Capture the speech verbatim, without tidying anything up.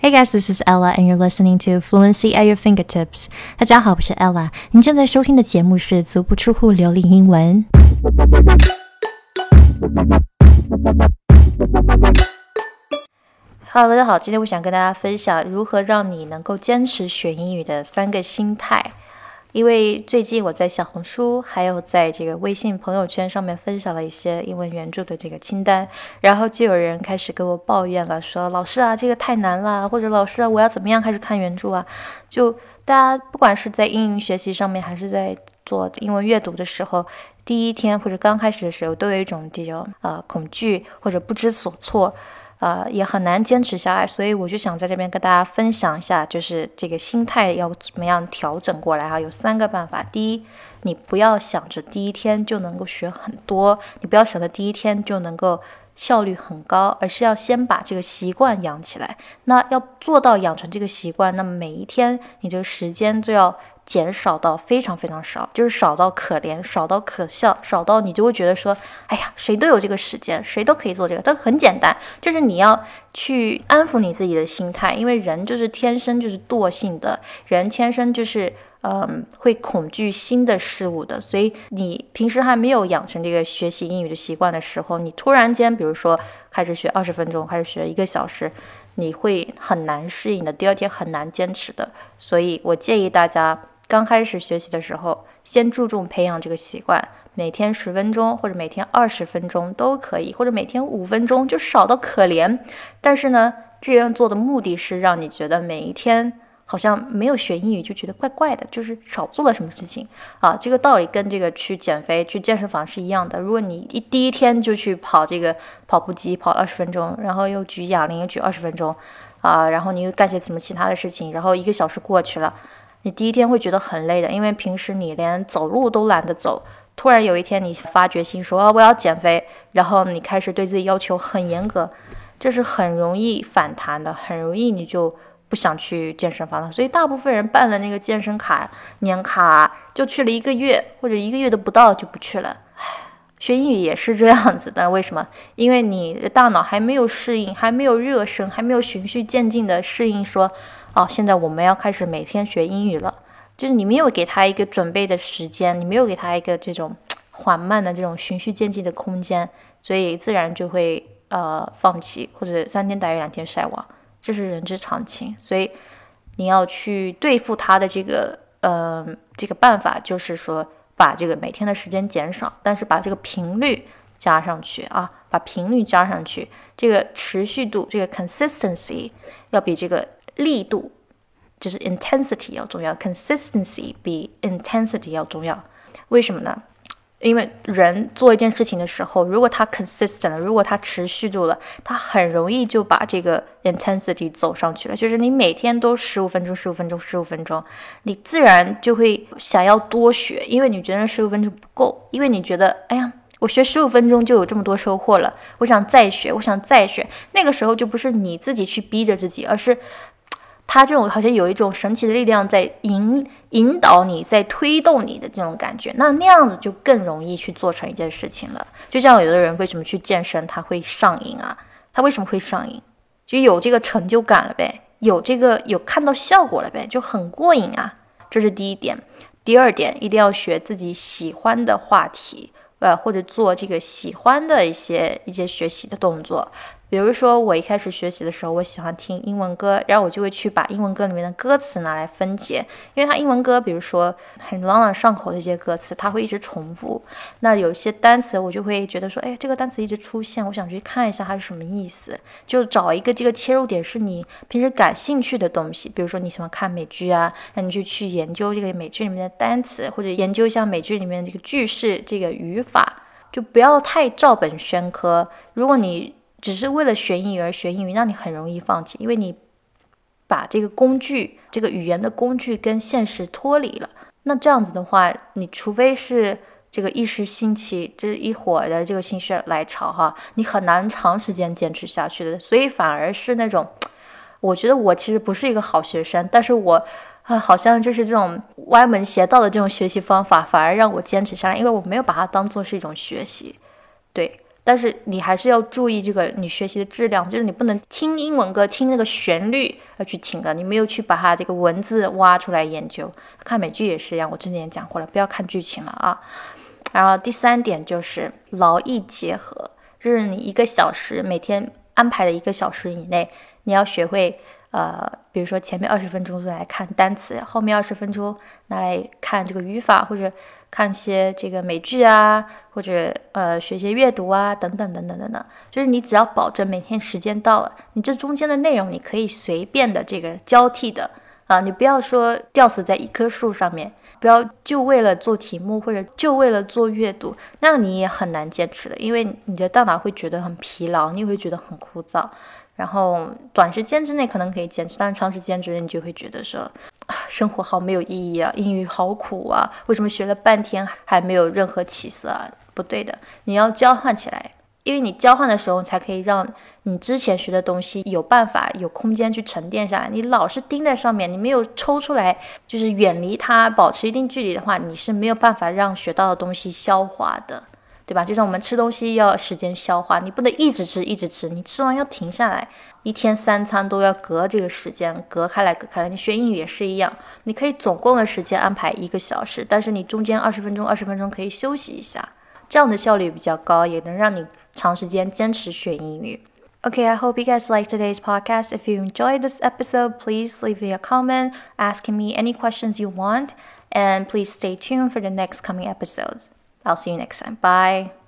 Hey guys, this is Ella, and you're listening to Fluency at Your Fingertips. 大家好，我是 Ella， 您正在收听的节目是足不出户流利英文。Hello， 大家好，今天我想跟大家分享如何让你能够坚持学英语的三个心态。因为最近我在小红书还有在这个微信朋友圈上面分享了一些英文原著的这个清单，然后就有人开始跟我抱怨了，说老师啊这个太难了，或者老师啊我要怎么样开始看原著啊。就大家不管是在英语学习上面还是在做英文阅读的时候，第一天或者刚开始的时候都有一种这种呃恐惧或者不知所措，呃，也很难坚持下来，所以我就想在这边跟大家分享一下，就是这个心态要怎么样调整过来哈。有三个办法。第一，你不要想着第一天就能够学很多，你不要想着第一天就能够效率很高，而是要先把这个习惯养起来。那要做到养成这个习惯，那么每一天你这个时间就要减少到非常非常少，就是少到可怜，少到可笑，少到你就会觉得说，哎呀，谁都有这个时间，谁都可以做这个，但很简单，就是你要去安抚你自己的心态，因为人就是天生就是惰性的，人天生就是嗯会恐惧新的事物的，所以你平时还没有养成这个学习英语的习惯的时候，你突然间比如说开始学二十分钟，开始学一个小时，你会很难适应的，第二天很难坚持的。所以我建议大家刚开始学习的时候，先注重培养这个习惯，每天十分钟或者每天二十分钟都可以，或者每天五分钟，就少到可怜。但是呢，这样做的目的是让你觉得每一天好像没有学英语就觉得怪怪的，就是少做了什么事情啊。这个道理跟这个去减肥、去健身房是一样的。如果你一第一天就去跑这个跑步机，跑二十分钟，然后又举哑铃又举二十分钟啊，然后你又干些什么其他的事情，然后一个小时过去了。你第一天会觉得很累的，因为平时你连走路都懒得走，突然有一天你发决心说、哦、我要减肥，然后你开始对自己要求很严格，这是很容易反弹的，很容易你就不想去健身房了。所以大部分人办了那个健身卡年卡就去了一个月，或者一个月都不到就不去了。学英语也是这样子的，为什么？因为你的大脑还没有适应，还没有热身，还没有循序渐进的适应说哦，现在我们要开始每天学英语了，就是你没有给他一个准备的时间，你没有给他一个这种缓慢的这种循序渐进的空间，所以自然就会呃放弃，或者三天打鱼两天晒网，这是人之常情。所以你要去对付他的这个呃这个办法，就是说把这个每天的时间减少，但是把这个频率加上去啊，把频率加上去，这个持续度，这个 consistency 要比这个力度就是 intensity 要重要， consistency 比 intensity 要重要。为什么呢？因为人做一件事情的时候，如果他 consistent 了，如果他持续住了，他很容易就把这个 intensity 走上去了，就是你每天都十五分钟十五分钟十五分钟，你自然就会想要多学，因为你觉得十五分钟不够，因为你觉得哎呀我学十五分钟就有这么多收获了，我想再学我想再学，那个时候就不是你自己去逼着自己，而是他这种好像有一种神奇的力量在引引导你，在推动你的这种感觉，那那样子就更容易去做成一件事情了。就像有的人为什么去健身他会上瘾啊？他为什么会上瘾？就有这个成就感了呗，有这个有看到效果了呗，就很过瘾啊。这是第一点。第二点，一定要学自己喜欢的话题，呃，或者做这个喜欢的一些一些学习的动作。比如说我一开始学习的时候，我喜欢听英文歌，然后我就会去把英文歌里面的歌词拿来分解，因为它英文歌比如说很朗朗上口的一些歌词，它会一直重复，那有些单词我就会觉得说，哎，这个单词一直出现，我想去看一下它是什么意思，就找一个这个切入点是你平时感兴趣的东西，比如说你喜欢看美剧啊，那你就去研究这个美剧里面的单词，或者研究一下美剧里面的这个句式，这个语法，就不要太照本宣科。如果你只是为了学英语而学英语，那你很容易放弃，因为你把这个工具，这个语言的工具跟现实脱离了。那这样子的话，你除非是这个一时兴起，这一会儿的这个心血来潮哈，你很难长时间坚持下去的。所以反而是那种，我觉得我其实不是一个好学生，但是我啊，好像就是这种歪门邪道的这种学习方法，反而让我坚持下来，因为我没有把它当做是一种学习。对， 但是你还是要注意这个你学习的质量，就是你不能听英文歌听那个旋律而去听的，你没有去把它这个文字挖出来研究。看美剧也是一样，我之前也讲过了，不要看剧情了啊。然后第三点就是劳逸结合，就是你一个小时每天安排的一个小时以内，你要学会呃，比如说前面二十分钟是来看单词，后面二十分钟拿来看这个语法，或者看些这个美剧啊，或者呃学些阅读啊，等等等等等等。就是你只要保证每天时间到了，你这中间的内容你可以随便的这个交替的啊，你不要说吊死在一棵树上面，不要就为了做题目或者就为了做阅读，那样你也很难坚持的，因为你的大脑会觉得很疲劳，你会觉得很枯燥。然后短时间之内可能可以坚持，但是长时间之内你就会觉得说，啊，生活好没有意义啊，英语好苦啊，为什么学了半天还没有任何起色啊？不对的，你要交换起来，因为你交换的时候才可以让你之前学的东西有办法有空间去沉淀下来。你老是盯在上面，你没有抽出来，就是远离它，保持一定距离的话，你是没有办法让学到的东西消化的。对吧？就像我们吃东西要时间消化，你不能一直吃一直吃，你吃完要停下来，一天三餐都要隔这个时间，隔开来隔开来。你学英语也是一样，你可以总共的时间安排一个小时，但是你中间二十分钟二十分钟可以休息一下，这样的效率比较高，也能让你长时间坚持学英语。Okay, I hope you guys liked today's podcast. If you enjoyed this episode, please leave me a comment asking me any questions you want, and please stay tuned for the next coming episodes. I'll see you next time. Bye.